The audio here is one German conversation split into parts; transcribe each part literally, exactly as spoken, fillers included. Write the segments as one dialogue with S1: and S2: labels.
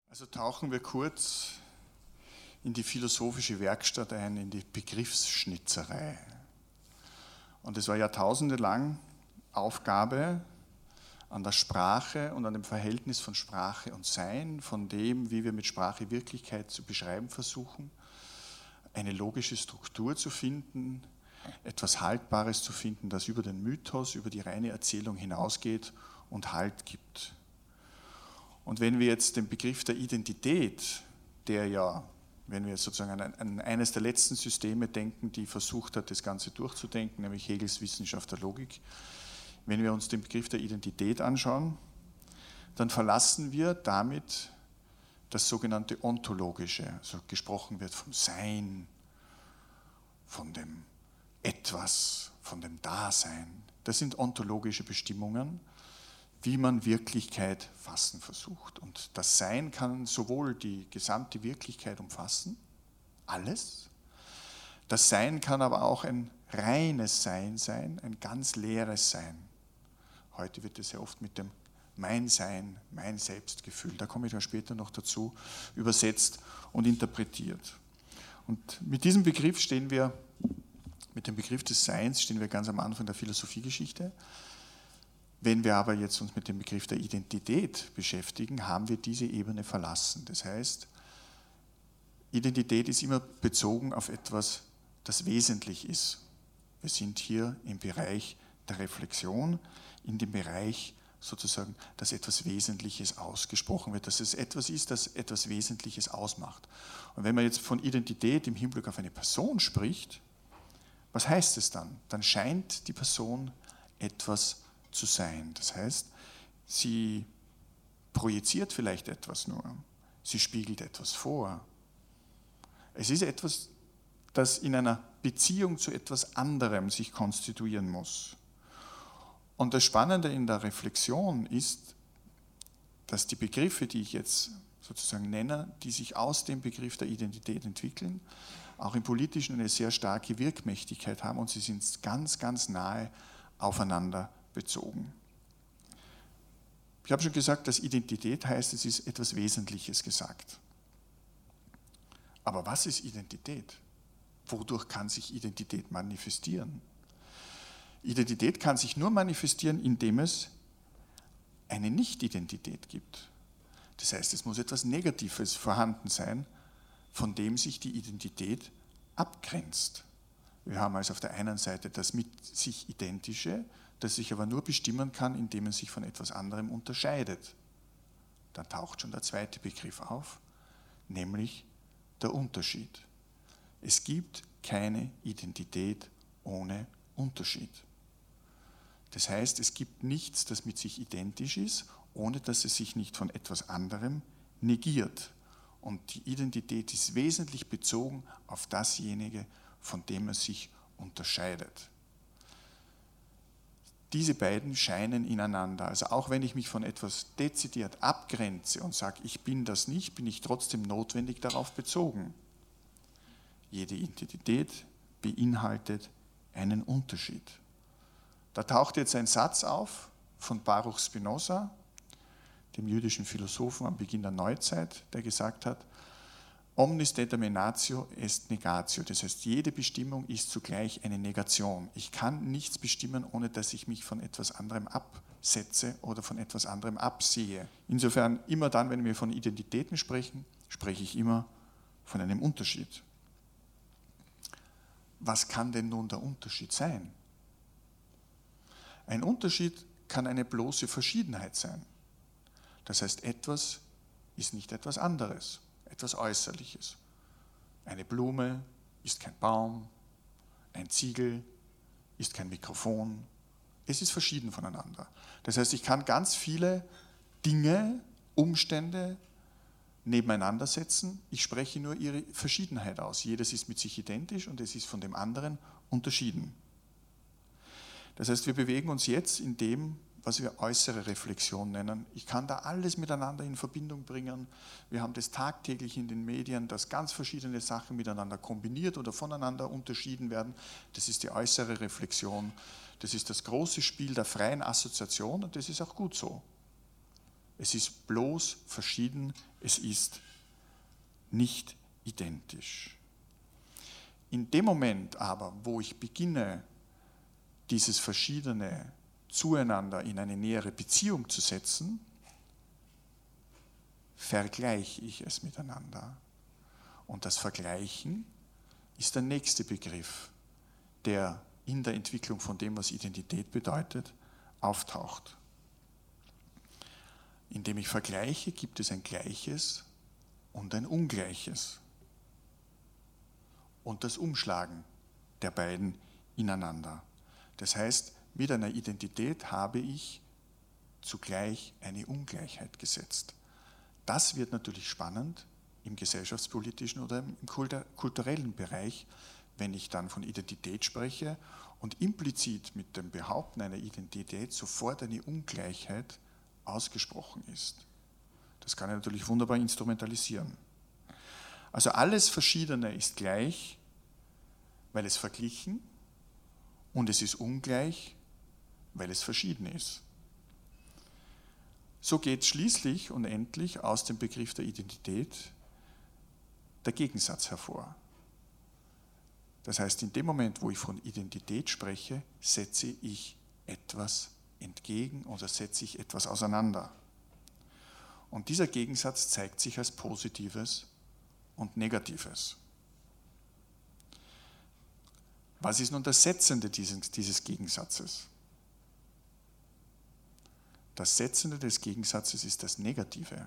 S1: Also tauchen wir kurz in die philosophische Werkstatt ein, in die Begriffsschnitzerei. Und es war jahrtausendelang Aufgabe an der Sprache und an dem Verhältnis von Sprache und Sein, von dem, wie wir mit Sprache Wirklichkeit zu beschreiben versuchen, eine logische Struktur zu finden, etwas Haltbares zu finden, das über den Mythos, über die reine Erzählung hinausgeht und Halt gibt. Und wenn wir jetzt den Begriff der Identität, der ja, wenn wir jetzt sozusagen an, an eines der letzten Systeme denken, die versucht hat, das Ganze durchzudenken, nämlich Hegels Wissenschaft der Logik, wenn wir uns den Begriff der Identität anschauen, dann verlassen wir damit das sogenannte Ontologische. Also gesprochen wird vom Sein, von dem Etwas, von dem Dasein. Das sind ontologische Bestimmungen, wie man Wirklichkeit fassen versucht. Und das Sein kann sowohl die gesamte Wirklichkeit umfassen, alles. Das Sein kann aber auch ein reines Sein sein, ein ganz leeres Sein. Heute wird es sehr oft mit dem Mein Sein, mein Selbstgefühl, da komme ich ja später noch dazu, übersetzt und interpretiert. Und mit diesem Begriff stehen wir, mit dem Begriff des Seins stehen wir ganz am Anfang der Philosophiegeschichte. Wenn wir aber jetzt uns mit dem Begriff der Identität beschäftigen, haben wir diese Ebene verlassen. Das heißt, Identität ist immer bezogen auf etwas, das wesentlich ist. Wir sind hier im Bereich der Reflexion, in dem Bereich sozusagen, dass etwas Wesentliches ausgesprochen wird, dass es etwas ist, das etwas Wesentliches ausmacht. Und wenn man jetzt von Identität im Hinblick auf eine Person spricht, was heißt es dann? Dann scheint die Person etwas zu sein. Das heißt, sie projiziert vielleicht etwas nur, sie spiegelt etwas vor. Es ist etwas, das in einer Beziehung zu etwas anderem sich konstituieren muss. Und das Spannende in der Reflexion ist, dass die Begriffe, die ich jetzt sozusagen nenne, die sich aus dem Begriff der Identität entwickeln, auch im Politischen eine sehr starke Wirkmächtigkeit haben und sie sind ganz, ganz nahe aufeinander bezogen. Ich habe schon gesagt, dass Identität heißt, es ist etwas Wesentliches gesagt. Aber was ist Identität? Wodurch kann sich Identität manifestieren? Identität kann sich nur manifestieren, indem es eine Nicht-Identität gibt. Das heißt, es muss etwas Negatives vorhanden sein, von dem sich die Identität abgrenzt. Wir haben also auf der einen Seite das mit sich Identische, das sich aber nur bestimmen kann, indem man sich von etwas anderem unterscheidet. Dann taucht schon der zweite Begriff auf, nämlich der Unterschied. Es gibt keine Identität ohne Unterschied. Das heißt, es gibt nichts, das mit sich identisch ist, ohne dass es sich nicht von etwas anderem negiert. Und die Identität ist wesentlich bezogen auf dasjenige, von dem er sich unterscheidet. Diese beiden scheinen ineinander. Also auch wenn ich mich von etwas dezidiert abgrenze und sage, ich bin das nicht, bin ich trotzdem notwendig darauf bezogen. Jede Identität beinhaltet einen Unterschied. Da taucht jetzt ein Satz auf von Baruch Spinoza, dem jüdischen Philosophen am Beginn der Neuzeit, der gesagt hat, Omnis determinatio est negatio, das heißt, jede Bestimmung ist zugleich eine Negation. Ich kann nichts bestimmen, ohne dass ich mich von etwas anderem absetze oder von etwas anderem absehe. Insofern, immer dann, wenn wir von Identitäten sprechen, spreche ich immer von einem Unterschied. Was kann denn nun der Unterschied sein? Ein Unterschied kann eine bloße Verschiedenheit sein. Das heißt, etwas ist nicht etwas anderes, etwas Äußerliches. Eine Blume ist kein Baum, ein Ziegel ist kein Mikrofon. Es ist verschieden voneinander. Das heißt, ich kann ganz viele Dinge, Umstände nebeneinander setzen. Ich spreche nur ihre Verschiedenheit aus. Jedes ist mit sich identisch und es ist von dem anderen unterschieden. Das heißt, wir bewegen uns jetzt in dem, was wir äußere Reflexion nennen. Ich kann da alles miteinander in Verbindung bringen. Wir haben das tagtäglich in den Medien, dass ganz verschiedene Sachen miteinander kombiniert oder voneinander unterschieden werden. Das ist die äußere Reflexion. Das ist das große Spiel der freien Assoziation und das ist auch gut so. Es ist bloß verschieden Es ist nicht identisch. In dem Moment aber, wo ich beginne, dieses Verschiedene zueinander in eine nähere Beziehung zu setzen, vergleiche ich es miteinander. Und das Vergleichen ist der nächste Begriff, der in der Entwicklung von dem, was Identität bedeutet, auftaucht. Indem ich vergleiche, gibt es ein Gleiches und ein Ungleiches. Und das Umschlagen der beiden ineinander. Das heißt, mit einer Identität habe ich zugleich eine Ungleichheit gesetzt. Das wird natürlich spannend im gesellschaftspolitischen oder im kulturellen Bereich, wenn ich dann von Identität spreche und implizit mit dem Behaupten einer Identität sofort eine Ungleichheit ausgesprochen ist. Das kann ich natürlich wunderbar instrumentalisieren. Also alles Verschiedene ist gleich, weil es verglichen, und es ist ungleich, weil es verschieden ist. So geht schließlich und endlich aus dem Begriff der Identität der Gegensatz hervor. Das heißt, in dem Moment, wo ich von Identität spreche, setze ich etwas entgegen oder setze ich etwas auseinander. Und dieser Gegensatz zeigt sich als Positives und Negatives. Was ist nun das Setzende dieses, dieses Gegensatzes? Das Setzende des Gegensatzes ist das Negative,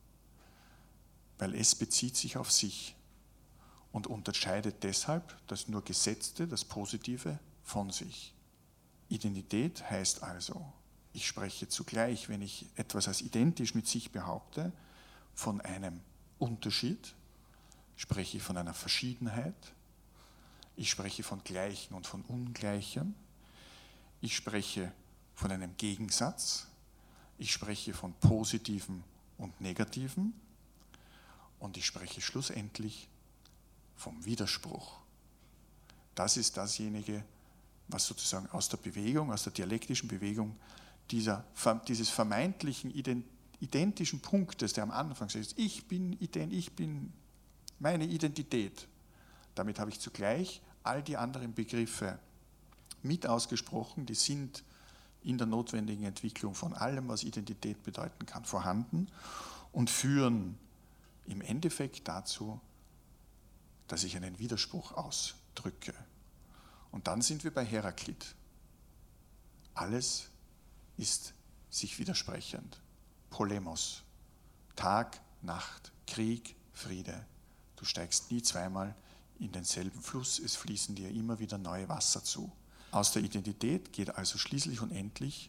S1: weil es bezieht sich auf sich und unterscheidet deshalb das nur Gesetzte, das Positive, von sich. Identität heißt also, ich spreche zugleich, wenn ich etwas als identisch mit sich behaupte, von einem Unterschied, spreche ich von einer Verschiedenheit, ich spreche von Gleichen und von Ungleichem, ich spreche von einem Gegensatz, ich spreche von Positiven und Negativen und ich spreche schlussendlich vom Widerspruch. Das ist dasjenige, was sozusagen aus der Bewegung, aus der dialektischen Bewegung dieser, dieses vermeintlichen identischen Punktes, der am Anfang sagt, ich bin ident, ich bin meine Identität. Damit habe ich zugleich all die anderen Begriffe mit ausgesprochen, die sind in der notwendigen Entwicklung von allem, was Identität bedeuten kann, vorhanden und führen im Endeffekt dazu, dass ich einen Widerspruch ausdrücke. Und dann sind wir bei Heraklit. Alles ist sich widersprechend. Polemos. Tag, Nacht, Krieg, Friede. Du steigst nie zweimal in denselben Fluss, es fließen dir immer wieder neue Wasser zu. Aus der Identität geht also schließlich und endlich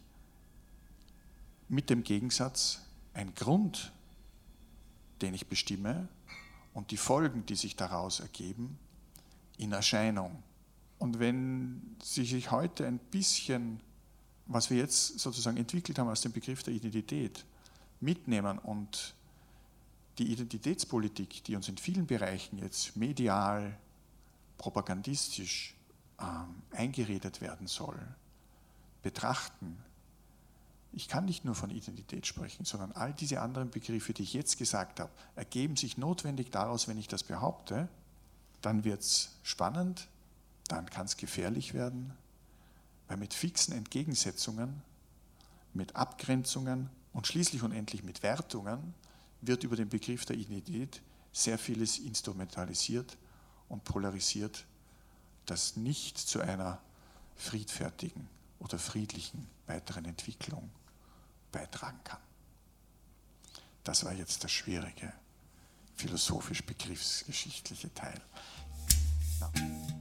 S1: mit dem Gegensatz ein Grund, den ich bestimme, und die Folgen, die sich daraus ergeben, in Erscheinung. Und wenn sich heute ein bisschen, was wir jetzt sozusagen entwickelt haben aus dem Begriff der Identität, mitnehmen und die Identitätspolitik, die uns in vielen Bereichen jetzt medial, propagandistisch ähm, eingeredet werden soll, betrachten. Ich kann nicht nur von Identität sprechen, sondern all diese anderen Begriffe, die ich jetzt gesagt habe, ergeben sich notwendig daraus, wenn ich das behaupte, dann wird es spannend, dann kann es gefährlich werden, weil mit fixen Entgegensetzungen, mit Abgrenzungen und schließlich und endlich mit Wertungen wird über den Begriff der Identität sehr vieles instrumentalisiert und polarisiert, das nicht zu einer friedfertigen oder friedlichen weiteren Entwicklung beitragen kann. Das war jetzt der schwierige, philosophisch-begriffsgeschichtliche Teil. Ja.